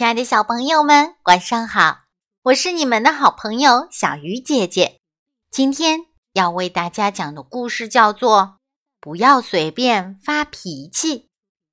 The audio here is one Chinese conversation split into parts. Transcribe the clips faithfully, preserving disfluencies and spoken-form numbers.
亲爱的小朋友们，晚上好！我是你们的好朋友小鱼姐姐。今天要为大家讲的故事叫做《不要随便发脾气》。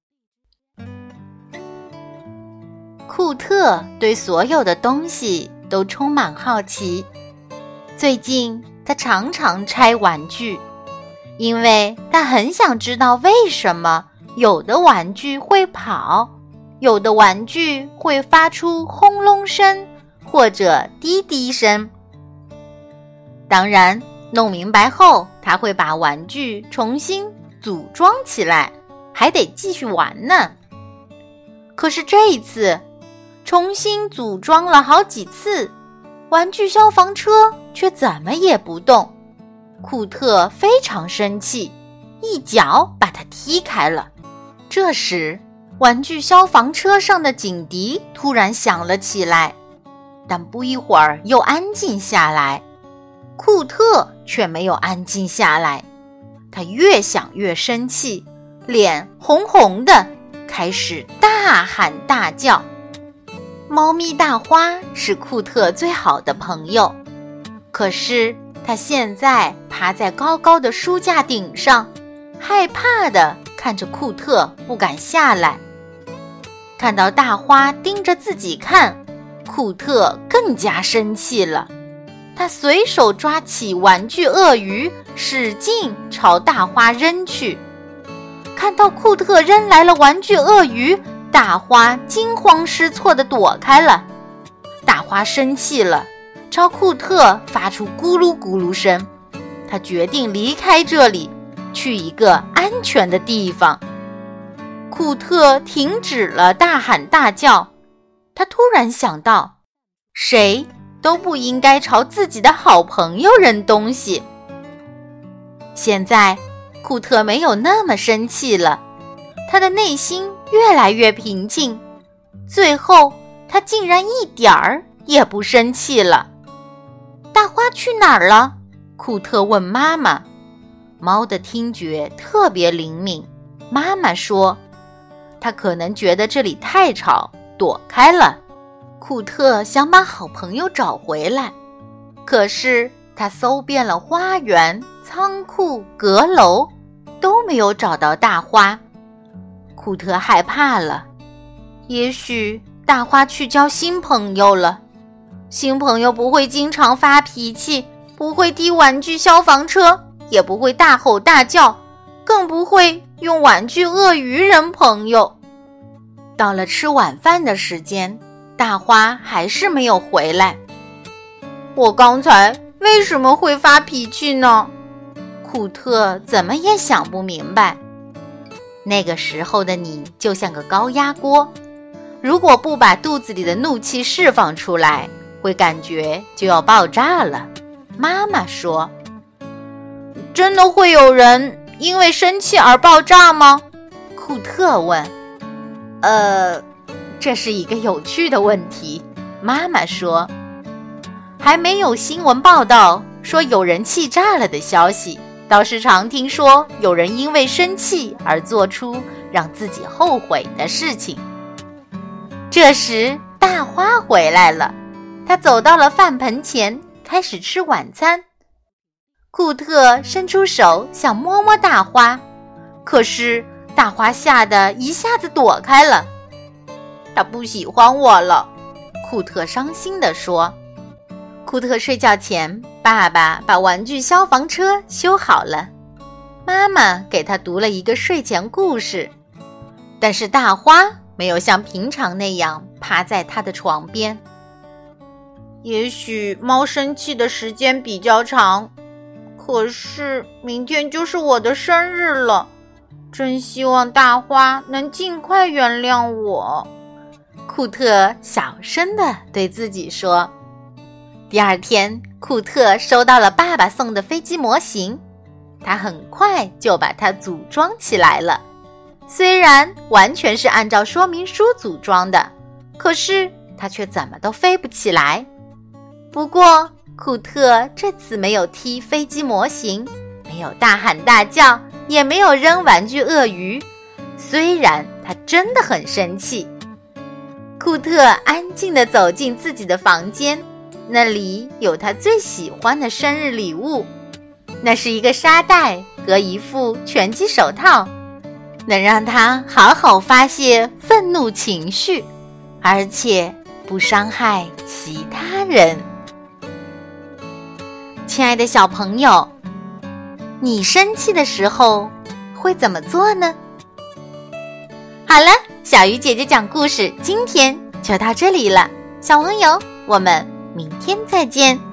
库特对所有的东西都充满好奇。最近他常常拆玩具，因为他很想知道为什么有的玩具会跑，有的玩具会发出轰隆声或者滴滴声。当然，弄明白后，他会把玩具重新组装起来，还得继续玩呢。可是这一次，重新组装了好几次，玩具消防车却怎么也不动。库特非常生气，一脚把它踢开了。这时，玩具消防车上的警笛突然响了起来，但不一会儿又安静下来。库特却没有安静下来，他越想越生气，脸红红的，开始大喊大叫。猫咪大花是库特最好的朋友，可是他现在趴在高高的书架顶上，害怕地看着库特不敢下来。看到大花盯着自己看，库特更加生气了。他随手抓起玩具鳄鱼，使劲朝大花扔去。看到库特扔来了玩具鳄鱼，大花惊慌失措地躲开了。大花生气了，朝库特发出咕噜咕噜声。他决定离开这里，去一个安全的地方。库特停止了大喊大叫，他突然想到，谁都不应该朝自己的好朋友扔东西。现在，库特没有那么生气了，他的内心越来越平静，最后他竟然一点儿也不生气了。大花去哪儿了？库特问妈妈。猫的听觉特别灵敏，妈妈说他可能觉得这里太吵，躲开了。库特想把好朋友找回来，可是他搜遍了花园、仓库、阁楼，都没有找到大花。库特害怕了，也许大花去交新朋友了。新朋友不会经常发脾气，不会踢玩具消防车，也不会大吼大叫，更不会用玩具鳄鱼扔朋友。到了吃晚饭的时间，大花还是没有回来。我刚才为什么会发脾气呢？库特怎么也想不明白。那个时候的你就像个高压锅，如果不把肚子里的怒气释放出来，会感觉就要爆炸了。妈妈说。真的会有人因为生气而爆炸吗？库特问。呃，这是一个有趣的问题，妈妈说。还没有新闻报道说有人气炸了的消息，倒是常听说有人因为生气而做出让自己后悔的事情。这时大花回来了，她走到了饭盆前，开始吃晚餐。库特伸出手想摸摸大花，可是大花吓得一下子躲开了。他不喜欢我了，库特伤心地说。库特睡觉前，爸爸把玩具消防车修好了，妈妈给他读了一个睡前故事，但是大花没有像平常那样趴在他的床边。也许猫生气的时间比较长，可是明天就是我的生日了，真希望大花能尽快原谅我。库特小声地对自己说。第二天，库特收到了爸爸送的飞机模型，他很快就把它组装起来了。虽然完全是按照说明书组装的，可是它却怎么都飞不起来。不过库特这次没有踢飞机模型，没有大喊大叫，也没有扔玩具鳄鱼，虽然他真的很生气。库库特安静地走进自己的房间，那里有他最喜欢的生日礼物，那是一个沙袋和一副拳击手套，能让他好好发泄愤怒情绪，而且不伤害其他人。亲爱的小朋友，你生气的时候会怎么做呢？好了，小鱼姐姐讲故事今天就到这里了，小朋友，我们明天再见。